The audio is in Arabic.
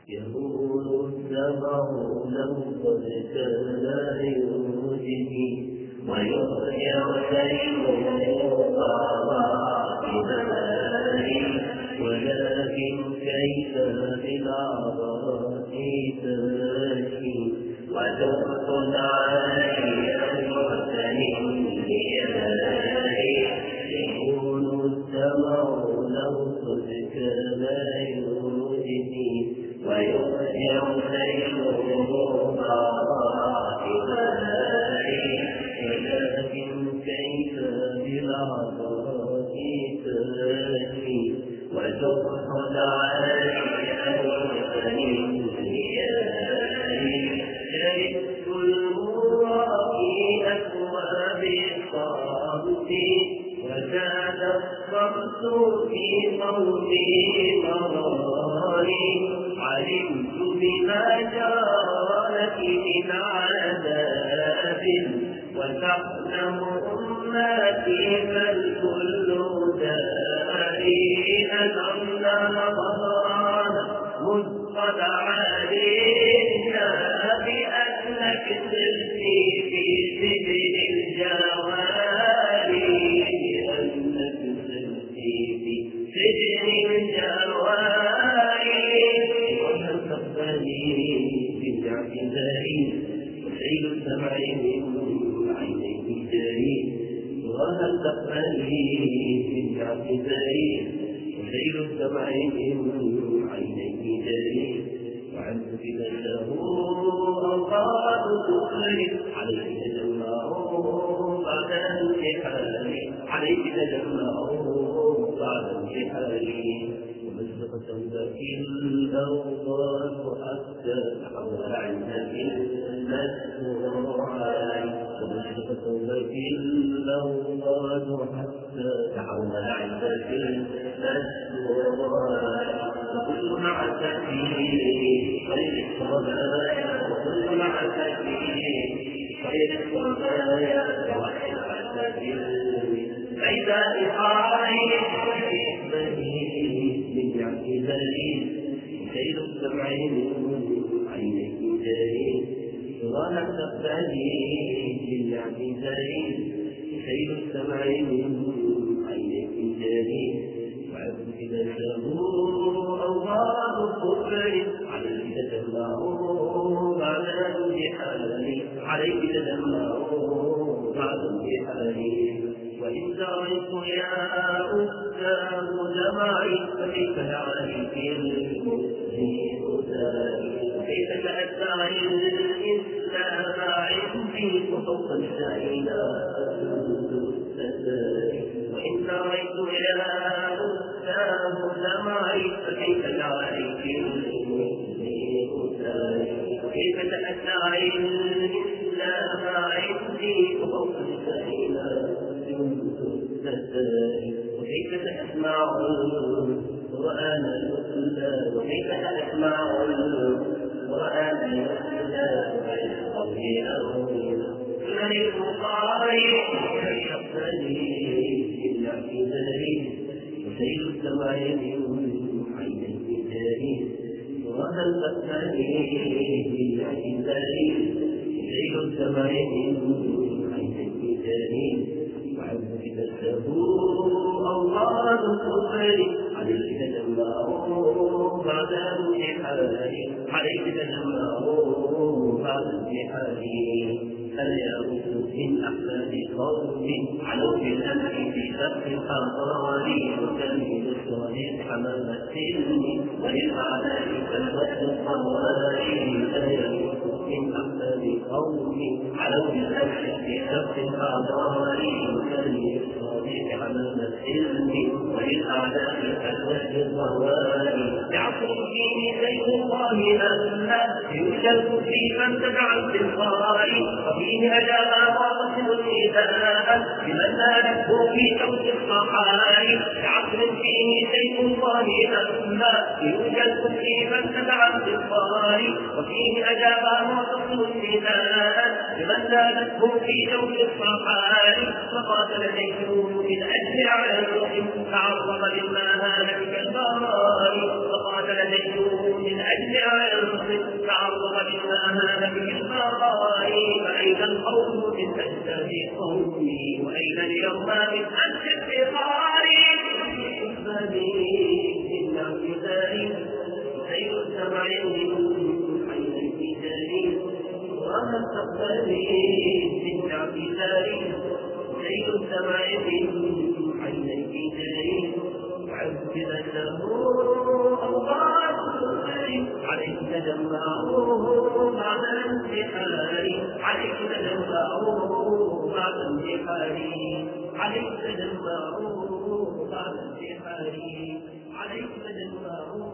يقول السمع لو قد كان يوجدني ويرجع سيره إلهي، ولكن كيف بالعبرات تشكي وتبط علي المرسلين إلهي. يقول السمع لو قد كان يوجدني ويرجع سيره إلهي، ولكن كيف بالعبرات تشكي وتبحث علي المرسلين إلهي. شربت المر في أكواب الصمت وزاد الصمت في صوتي مراري، علمت بما جرت من عذاب وتعلم أمتي فالكل داري. أنعمنا غفران مذ قد علمنا بأنك سرتي في سجن الجواري، بأنك سرتي في سجن الجواري. وهل تقبلي بالاعتذاري وسيل السمع من عينيك جاري، وهل تقبلي بالاعتذاري وسيل السمع من عينيك جاري. وعنك له أوقات كفر عليك تجمعوا بعد انتحاري، عليك تجمعوا بعد انتحاري. ومزقة تبكي الأوقات حتى حول عندك المسرعي، ومزقة تبكي الأوقات حتى حول عندك المسرعي. وكل معك فيه خير الصبايا، وكل معك فيه خير الصبايا وحياة فإذا إخاري من اعتذاري سير السمع من عينيك جاري، وهل تقبلي بالاعتذاري سير السمع من عينيك جاري. وعبدك له أوهام الكفر عليك تجمعوا بعد انتحاري، عليك تجمعوا بعد انتحاري. وإن تريت يا أستاذ جمعي فكيف عليك المسلم كيف تأثري الإسلام عندي وفوق السائلة. وإن تريت يا أستاذ جمعي فكيف عليك المسلم كيف تأثري الإسلام عندي وفوق السائلة. وكيف تسمع القرآن يتلى، وكيف تسمع القرآن يتلى غير قول أولى غير قارئ كالشقي بالاعتذاري وسيل السماء من عينيك جاري. وهل تقبلي بالاعتذاري وسيل السماء من عينيك جاري. وعبدك له أوقات الكفر عليك تجمعوا بعد انتحاري، عليك تجمعوا بعد انتحاري. فليأخذ من أحسن قوم علوا بالأمر في سبق الأضرار، وكمل الصالح حمام السلم وللأعداء كالوحد الطوارئ. فليأخذ من أحسن قوم علوا بالأمر في سبق الأضرار، وكمل الصالح حمام السلم وللأعداء كالوحد الطوارئ. بعصر الدين سيف الله أما يشرك في من تبع الانتصار، وفيه أجاب واصل النداء لمن نالته في شوك الصحاري. بعصر فيه سيف الله أما يشرك في من تبع الانتصار، وفيه أجاب واصل النداء لمن نالته في شوك الصحاري. فقاتل سيفه من أجل عرض تعرض لما هان بك البرار، فقاتل سيفه من أجل تعرض مما هان به البقاء فأين الخوف من أجساد قومي وأين اليوم من أنت افتقار إن اعتذاري سير السمع من حين الفتان ومن تقبلي إن اعتذاري سير السمع من حين الفتان عذب له الله عليك تجمعه بعد الانتحار عليك تجمعه بعد الانتحار عليك تجمعه بعد الانتحار عليك تجمعه